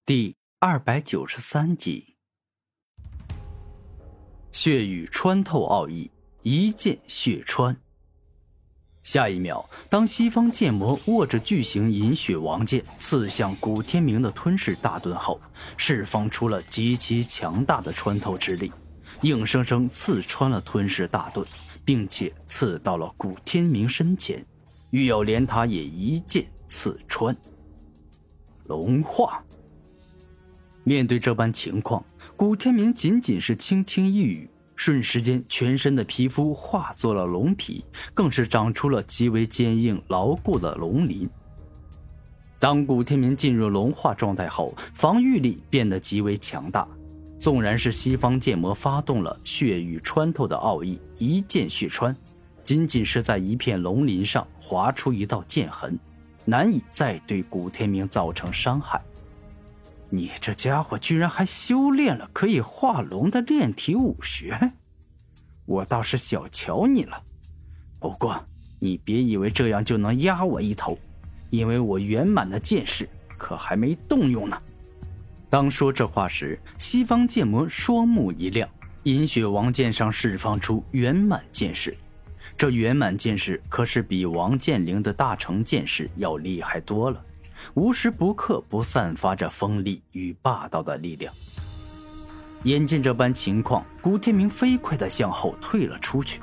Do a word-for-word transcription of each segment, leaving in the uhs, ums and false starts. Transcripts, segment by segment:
第二百九十三集，血雨穿透奥义，一剑血穿。下一秒，当西方剑魔握着巨型银血王剑刺向古天明的吞噬大盾后，释放出了极其强大的穿透之力，硬生生刺穿了吞噬大盾，并且刺到了古天明身前，欲要连他也一剑刺穿。龙化。面对这般情况，古天明仅仅是轻轻一语，瞬时间全身的皮肤化作了龙皮，更是长出了极为坚硬牢固的龙鳞。当古天明进入龙化状态后，防御力变得极为强大，纵然是西方剑魔发动了血雨穿透的奥义，一剑血穿，仅仅是在一片龙鳞上划出一道剑痕，难以再对古天明造成伤害。你这家伙居然还修炼了可以化龙的炼体武学，我倒是小瞧你了。不过你别以为这样就能压我一头，因为我圆满的剑势可还没动用呢。当说这话时，西方剑魔双目一亮，银血王剑上释放出圆满剑势。这圆满剑势可是比王剑灵的大成剑势要厉害多了，无时不刻不散发着锋利与霸道的力量。眼见这般情况，古天明飞快地向后退了出去。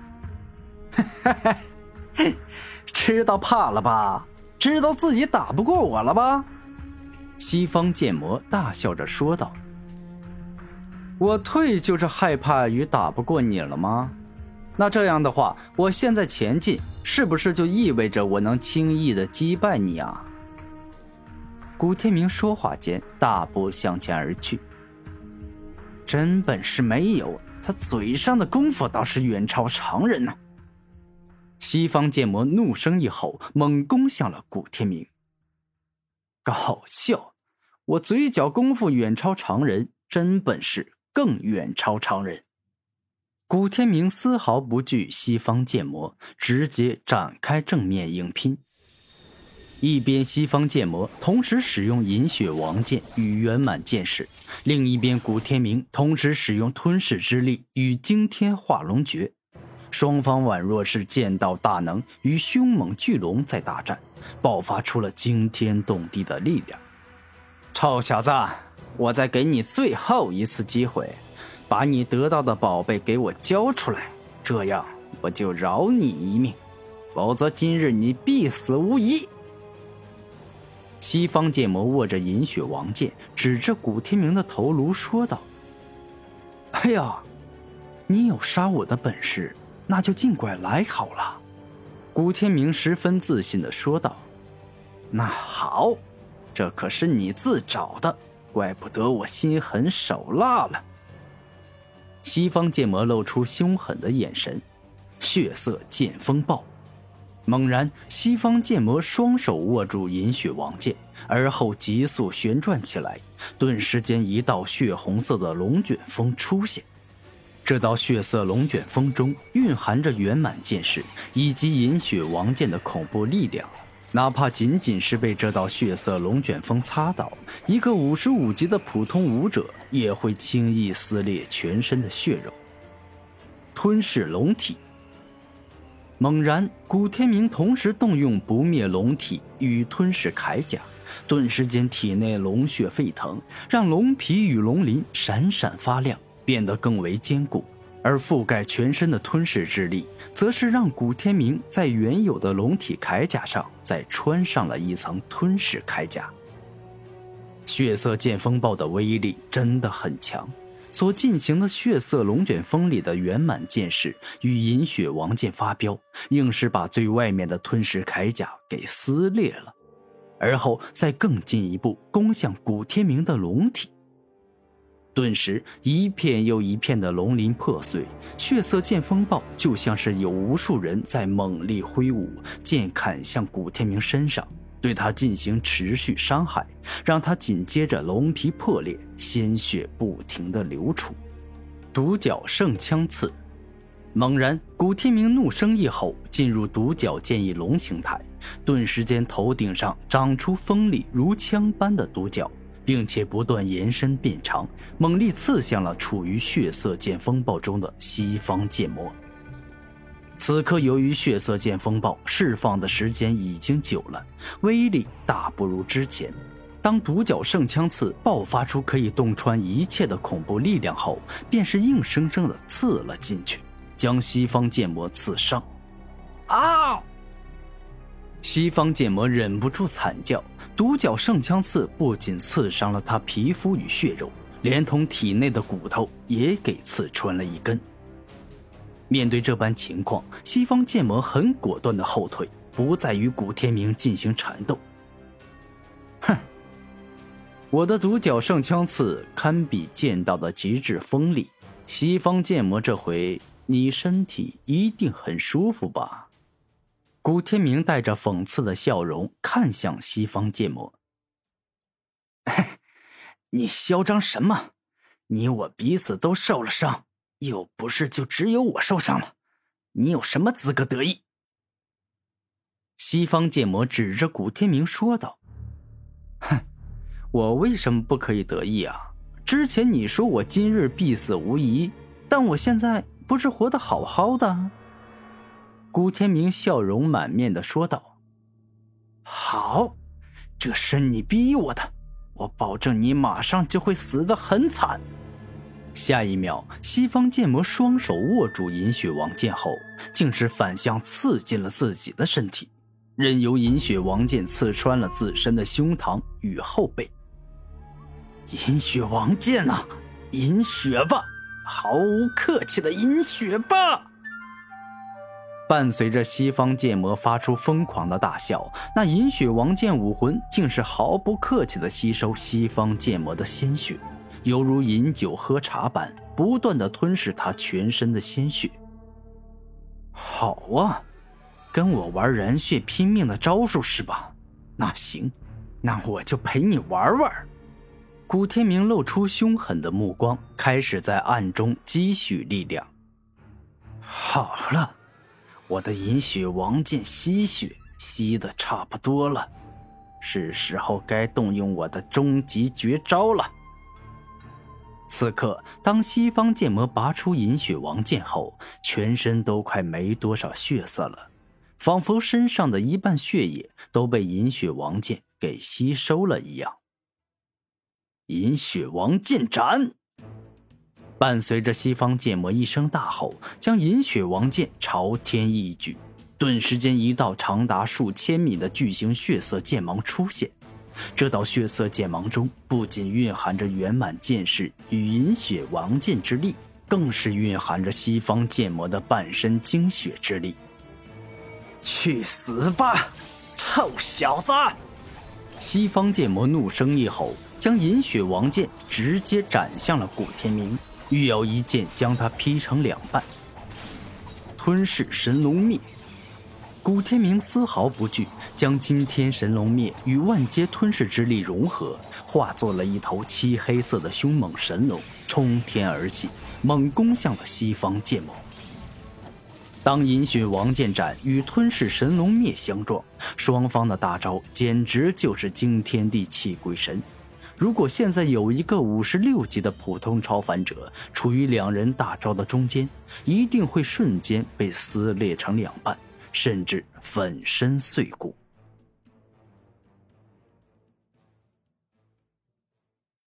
知道怕了吧？知道自己打不过我了吧？西方剑魔大笑着说道。我退就是害怕于打不过你了吗？那这样的话，我现在前进，是不是就意味着我能轻易地击败你啊？古天明说话间大步向前而去。真本事没有，他嘴上的功夫倒是远超常人呢、啊。西方剑魔怒声一吼，猛攻向了古天明。搞笑，我嘴角功夫远超常人，真本事更远超常人。古天明丝毫不惧西方剑魔，直接展开正面硬拼。一边西方剑魔同时使用银血王剑与圆满剑势，另一边古天明同时使用吞噬之力与惊天化龙诀，双方宛若是剑道大能与凶猛巨龙在大战，爆发出了惊天动地的力量。臭小子，我再给你最后一次机会，把你得到的宝贝给我交出来，这样我就饶你一命，否则今日你必死无疑。西方剑魔握着银血王剑，指着古天明的头颅说道：哎呀，你有杀我的本事，那就尽管来好了。古天明十分自信地说道。那好，这可是你自找的，怪不得我心狠手辣了。西方剑魔露出凶狠的眼神，血色剑风暴。猛然，西方剑魔双手握住银血王剑，而后急速旋转起来，顿时间一道血红色的龙卷风出现。这道血色龙卷风中蕴含着圆满剑势以及银血王剑的恐怖力量，哪怕仅仅是被这道血色龙卷风擦到，一个五十五级的普通武者也会轻易撕裂全身的血肉。吞噬龙体。猛然，古天明同时动用不灭龙体与吞噬铠甲，顿时间体内龙血沸腾，让龙皮与龙鳞闪闪发亮，变得更为坚固。而覆盖全身的吞噬之力，则是让古天明在原有的龙体铠甲上再穿上了一层吞噬铠甲。血色剑风暴的威力真的很强，所进行的血色龙卷风里的圆满剑势与银血王剑发飙，硬是把最外面的吞噬铠甲给撕裂了，而后再更进一步攻向古天明的龙体。顿时一片又一片的龙鳞破碎，血色剑风暴就像是有无数人在猛力挥舞，剑砍向古天明身上，对他进行持续伤害，让他紧接着龙皮破裂，鲜血不停地流出。独角圣枪刺。猛然，古天明怒声一吼，进入独角剑翼龙形态，顿时间头顶上长出锋利如枪般的独角， 并且不断延伸变长，猛力刺向了处于血色剑风暴中的西方剑魔。此刻由于血色剑风暴释放的时间已经久了，威力大不如之前。当独角圣枪刺爆发出可以洞穿一切的恐怖力量后，便是硬生生地刺了进去，将西方剑魔刺伤。啊！西方剑魔忍不住惨叫，独角圣枪刺不仅刺伤了他皮肤与血肉，连同体内的骨头也给刺穿了一根。面对这般情况，西方剑魔很果断地后退，不再与古天明进行缠斗。哼，我的独角圣枪刺堪比剑道的极致锋利，西方剑魔这回你身体一定很舒服吧？古天明带着讽刺的笑容看向西方剑魔。你嚣张什么？你我彼此都受了伤，又不是就只有我受伤了，你有什么资格得意？西方剑魔指着古天明说道。哼，我为什么不可以得意啊？之前你说我今日必死无疑，但我现在不是活得好好的？古天明笑容满面地说道。好，这是你逼我的，我保证你马上就会死得很惨。下一秒，西方剑魔双手握住银血王剑后，竟是反向刺进了自己的身体，任由银血王剑刺穿了自身的胸膛与后背。银血王剑啊，饮血吧，毫无客气的饮血吧！伴随着西方剑魔发出疯狂的大笑，那银血王剑武魂竟是毫不客气地吸收西方剑魔的鲜血，犹如饮酒喝茶般，不断地吞噬他全身的鲜血。好啊，跟我玩燃血拼命的招数是吧？那行，那我就陪你玩玩。古天明露出凶狠的目光，开始在暗中积蓄力量。好了，我的银血王剑吸血吸得差不多了，是时候该动用我的终极绝招了。此刻，当西方剑魔拔出银血王剑后，全身都快没多少血色了，仿佛身上的一半血液都被银血王剑给吸收了一样。银血王剑斩！伴随着西方剑魔一声大吼，将银血王剑朝天一举，顿时间一道长达数千米的巨型血色剑芒出现。这道血色剑芒中不仅蕴含着圆满剑士与银血王剑之力，更是蕴含着西方剑魔的半身精血之力。去死吧，臭小子！西方剑魔怒声一吼，将银血王剑直接斩向了古天明，欲要一剑将他劈成两半。吞噬神龙灭！古天明丝毫不惧，将惊天神龙灭与万阶吞噬之力融合，化作了一头漆黑色的凶猛神龙，冲天而起，猛攻向了西方剑魔。当银血王剑斩与吞噬神龙灭相撞，双方的大招简直就是惊天地泣鬼神。如果现在有一个五十六级的普通超凡者处于两人大招的中间，一定会瞬间被撕裂成两半，甚至粉身碎骨。